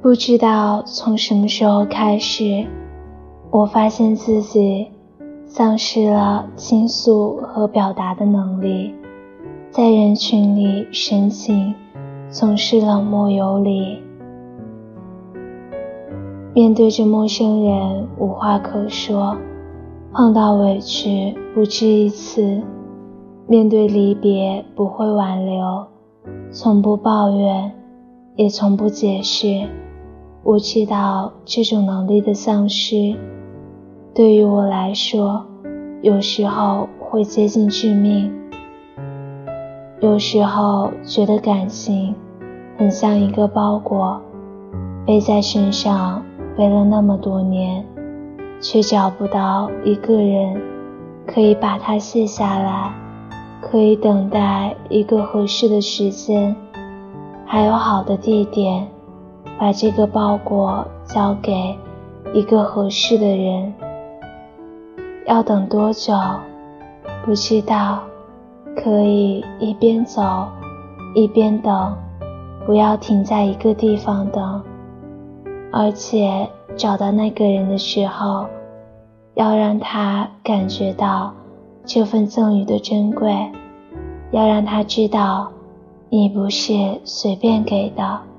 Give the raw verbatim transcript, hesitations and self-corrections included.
不知道从什么时候开始，我发现自己丧失了倾诉和表达的能力，在人群里神情总是冷漠有礼。面对着陌生人无话可说，碰到委屈不止一次，面对离别不会挽留，从不抱怨，也从不解释。我知道这种能力的丧失，对于我来说，有时候会接近致命。有时候觉得感情很像一个包裹，背在身上背了那么多年，却找不到一个人可以把它卸下来，可以等待一个合适的时间，还有好的地点，把这个包裹交给一个合适的人。要等多久？不知道，可以一边走一边等，不要停在一个地方等。而且找到那个人的时候，要让他感觉到这份赠予的珍贵，要让他知道你不是随便给的。